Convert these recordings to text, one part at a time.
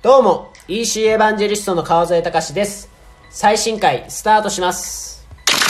どうも EC エヴァンジェリストの川添隆です。最新回スタートします。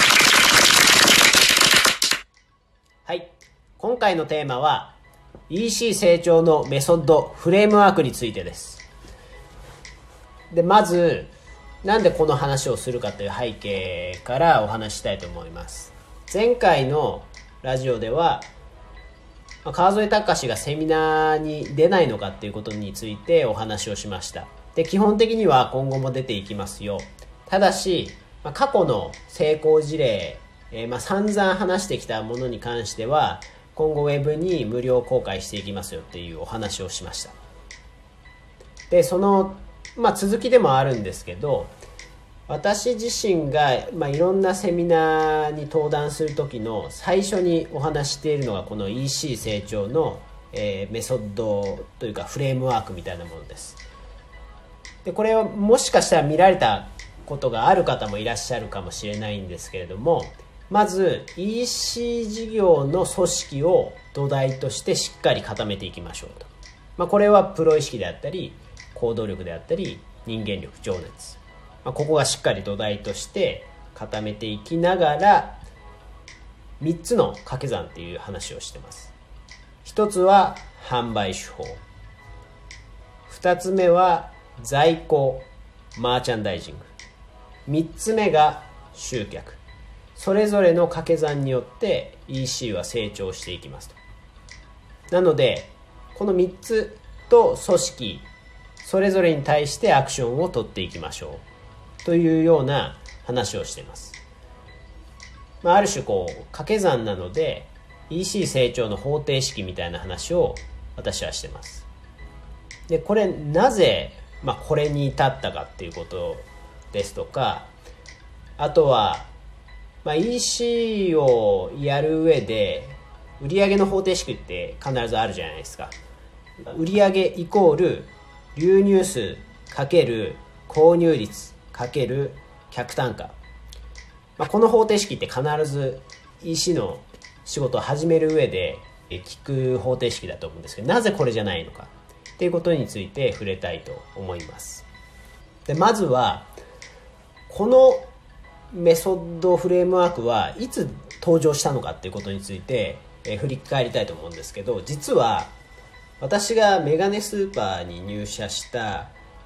はい、今回のテーマは EC 成長のメソッドフレームワークについてです。でまずなんでこの話をするかという背景からお話ししたいと思います。前回のラジオでは川添隆がセミナーに出ないのかっていうことについてお話をしました。で基本的には今後も出ていきますよ。ただし、過去の成功事例、散々話してきたものに関しては今後ウェブに無料公開していきますよっていうお話をしました。でその、続きでもあるんですけど、私自身が、いろんなセミナーに登壇する時の最初にお話ししているのがこの EC 成長の、メソッドというかフレームワークみたいなものです。でこれはもしかしたら見られたことがある方もいらっしゃるかもしれないんですけれども、まず EC 事業の組織を土台としてしっかり固めていきましょうと。これはプロ意識であったり行動力であったり人間力、情熱、ここがしっかり土台として固めていきながら3つの掛け算っていう話をしてます。1つは販売手法、2つ目は在庫マーチャンダイジング、3つ目が集客。それぞれの掛け算によって EC は成長していきますと。なのでこの3つと組織それぞれに対してアクションを取っていきましょうというような話をしています。ある種掛け算なので EC 成長の方程式みたいな話を私はしてます。でこれなぜ、これに至ったかっていうことですとか、あとは、EC をやる上で売上の方程式って必ずあるじゃないですか。売上イコール流入数かける購入率かける客単価、この方程式って必ず EC の仕事を始める上で聞く方程式だと思うんですけど、なぜこれじゃないのかっていうことについて触れたいと思います。でまずはこのメソッドフレームワークはいつ登場したのかっていうことについて振り返りたいと思うんですけど、実は私がメガネスーパーに入社した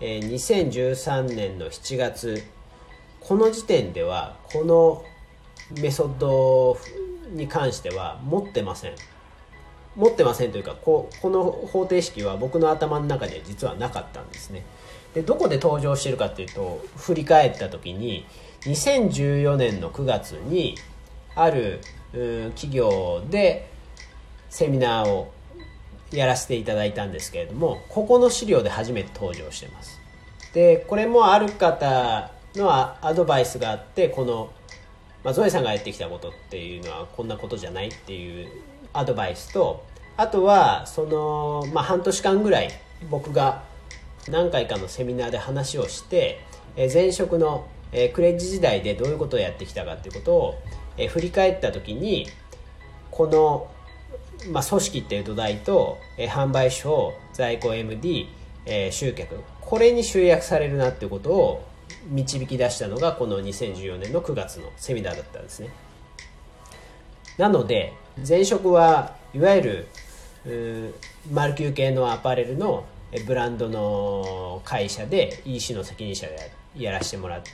2013年の7月、この時点ではこのメソッドに関しては持ってませんというか、この方程式は僕の頭の中で実はなかったんですね。でどこで登場しているかというと、振り返った時に2014年の9月にある企業でセミナーをやらせていただいたんですけれども、ここの資料で初めて登場しています。でこれもある方のアドバイスがあって、この、ゾエさんがやってきたことっていうのはこんなことじゃないっていうアドバイスと、あとはその、半年間ぐらい僕が何回かのセミナーで話をして、前職のクレッジ時代でどういうことをやってきたかっていうことを振り返った時に、この組織っていう土台と販売手法、在庫 MD、集客、これに集約されるなっていうことを導き出したのがこの2014年の9月のセミナーだったんですね。なので前職はいわゆるマルキュー系のアパレルのブランドの会社で EC の責任者でやらせてもらって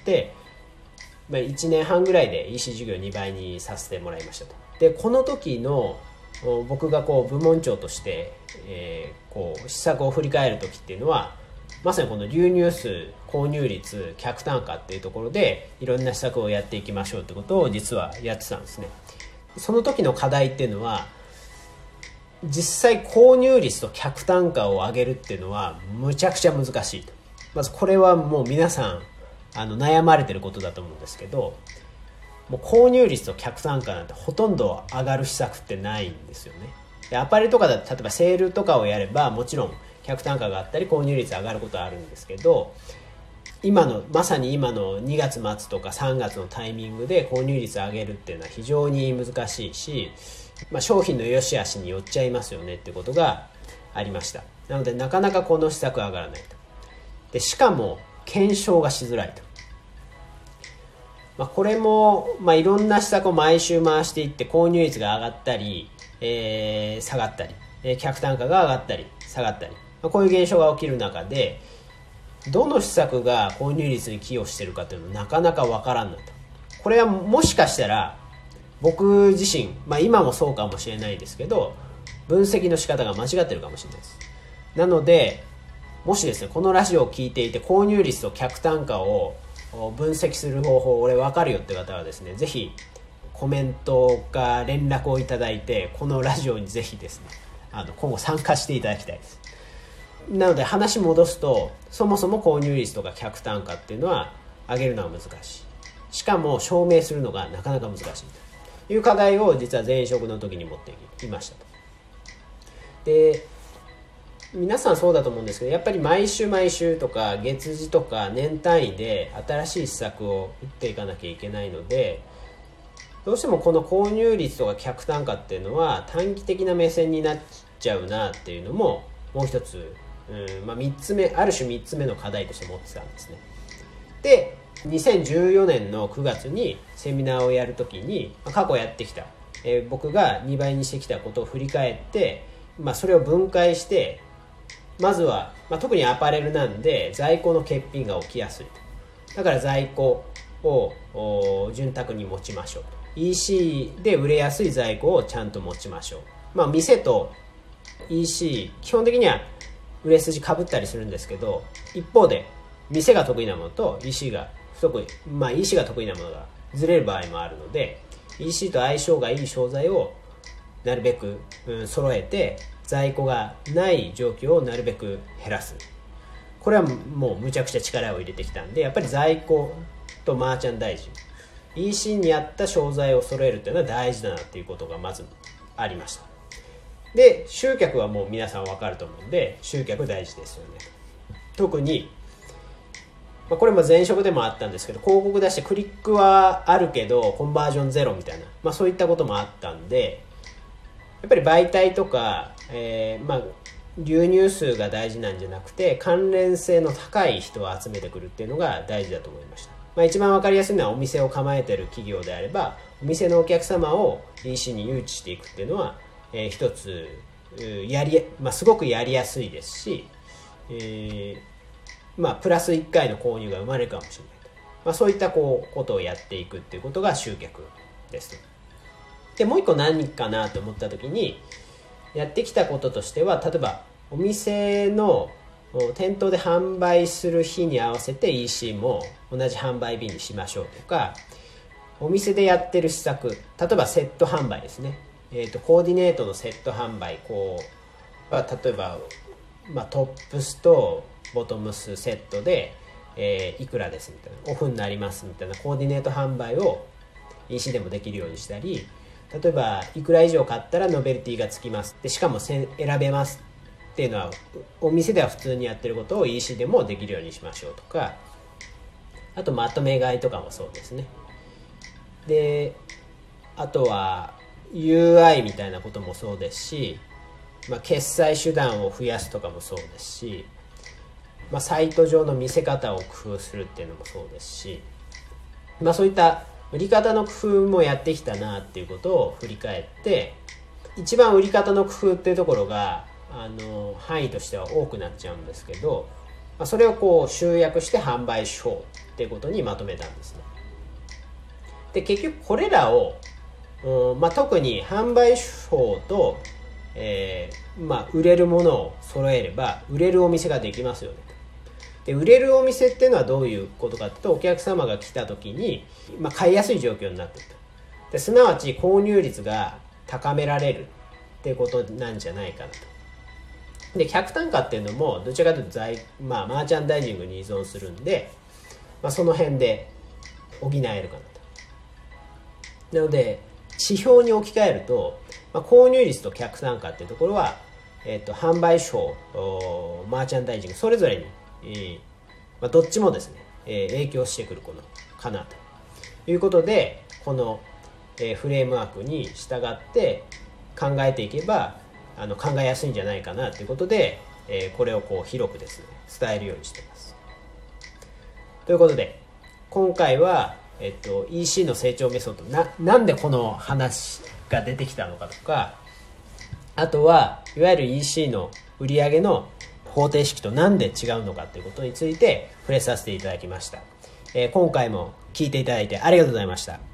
、1年半ぐらいで EC 事業2倍にさせてもらいましたと。でこの時の僕が部門長として、施策を振り返る時っていうのは、まさにこの流入数、購入率、客単価っていうところでいろんな施策をやっていきましょうってことを実はやってたんですね。その時の課題っていうのは、実際購入率と客単価を上げるっていうのはむちゃくちゃ難しいと。まずこれはもう皆さん悩まれてることだと思うんですけど、もう購入率と客単価なんてほとんど上がる施策ってないんですよね。でアパレルとかだと例えばセールとかをやればもちろん客単価があったり購入率上がることはあるんですけど、まさに今の2月末とか3月のタイミングで購入率上げるっていうのは非常に難しいし、商品の良し悪しによっちゃいますよねってことがありました。なのでなかなかこの施策上がらないと。 でしかも検証がしづらいと、これも、いろんな施策を毎週回していって購入率が上がったり、下がったり、客単価が上がったり下がったり、こういう現象が起きる中でどの施策が購入率に寄与しているかというのはなかなかわからんなと。これはもしかしたら僕自身、今もそうかもしれないですけど、分析の仕方が間違ってるかもしれないです。なのでもしですね、このラジオを聞いていて購入率と客単価を分析する方法俺分かるよって方はですね、ぜひコメントか連絡をいただいて、このラジオにぜひですね、今後参加していただきたいです。なので話戻すと、そもそも購入率とか客単価っていうのは上げるのは難しい、しかも証明するのがなかなか難しいという課題を実は前職の時に持ってきましたと。で皆さんそうだと思うんですけど、やっぱり毎週毎週とか月次とか年単位で新しい施策を打っていかなきゃいけないので、どうしてもこの購入率とか客単価っていうのは短期的な目線になっちゃうなっていうのももう一つ、3つ目、ある種3つ目の課題として持ってたんですね。で2014年の9月にセミナーをやるときに、過去やってきた、僕が2倍にしてきたことを振り返って、それを分解して、まずは、特にアパレルなんで在庫の欠品が起きやすいと。だから在庫を潤沢に持ちましょうと。 EC で売れやすい在庫をちゃんと持ちましょう。店と EC 基本的には売れ筋かぶったりするんですけど、一方で店が得意なものと EC が不得意、EC が得意なものがずれる場合もあるので、 EC と相性がいい商材をなるべく揃えて、在庫がない状況をなるべく減らす。これはもうむちゃくちゃ力を入れてきたんで、やっぱり在庫とマーチャンダイジング、 EC に合った商材を揃えるっていうのは大事だなっていうことがまずありました。で集客はもう皆さん分かると思うんで、集客大事ですよね。特に、これも前職でもあったんですけど、広告出してクリックはあるけどコンバージョンゼロみたいな、そういったこともあったんで、やっぱり媒体とか、流入数が大事なんじゃなくて、関連性の高い人を集めてくるっていうのが大事だと思いました。一番分かりやすいのはお店を構えてる企業であれば、お店のお客様を EC に誘致していくっていうのは、一つすごくやりやすいですし、プラス1回の購入が生まれるかもしれないと、そういったことをやっていくっていうことが集客ですと。でもう一個何かなと思った時に、やってきたこととしては、例えばお店の店頭で販売する日に合わせて EC も同じ販売日にしましょうとか、お店でやってる施策、例えばセット販売ですね、コーディネートのセット販売、例えば、トップスとボトムスセットで、いくらですみたいな、オフになりますみたいなコーディネート販売を EC でもできるようにしたり、例えばいくら以上買ったらノベルティがつきますで、しかも選べますっていうのはお店では普通にやってることを EC でもできるようにしましょうとか、あとまとめ買いとかもそうですね。であとは UI みたいなこともそうですし、決済手段を増やすとかもそうですし、サイト上の見せ方を工夫するっていうのもそうですし、そういった売り方の工夫もやってきたなっていうことを振り返って、一番売り方の工夫っていうところが範囲としては多くなっちゃうんですけど、それを集約して販売手法っていうことにまとめたんですね。で結局これらを、特に販売手法と、売れるものを揃えれば売れるお店ができますよね。で売れるお店っていうのはどういうことかというと、お客様が来た時に、買いやすい状況になっていると。ですなわち購入率が高められるっていうことなんじゃないかなと。で客単価っていうのもどちらかというとマーチャンダイジングに依存するんで、その辺で補えるかなと。なので指標に置き換えると、購入率と客単価っていうところは、販売手法、マーチャンダイジングそれぞれにどっちもですね、影響してくるこのかなということで、この、フレームワークに従って考えていけば考えやすいんじゃないかなということで、これを広くですね伝えるようにしています。 ということで今回は、EC の成長メソッドなんでこの話が出てきたのかとか、あとはいわゆる EC の売上の方程式となんで違うのかということについて触れさせていただきました。今回も聞いていただいてありがとうございました。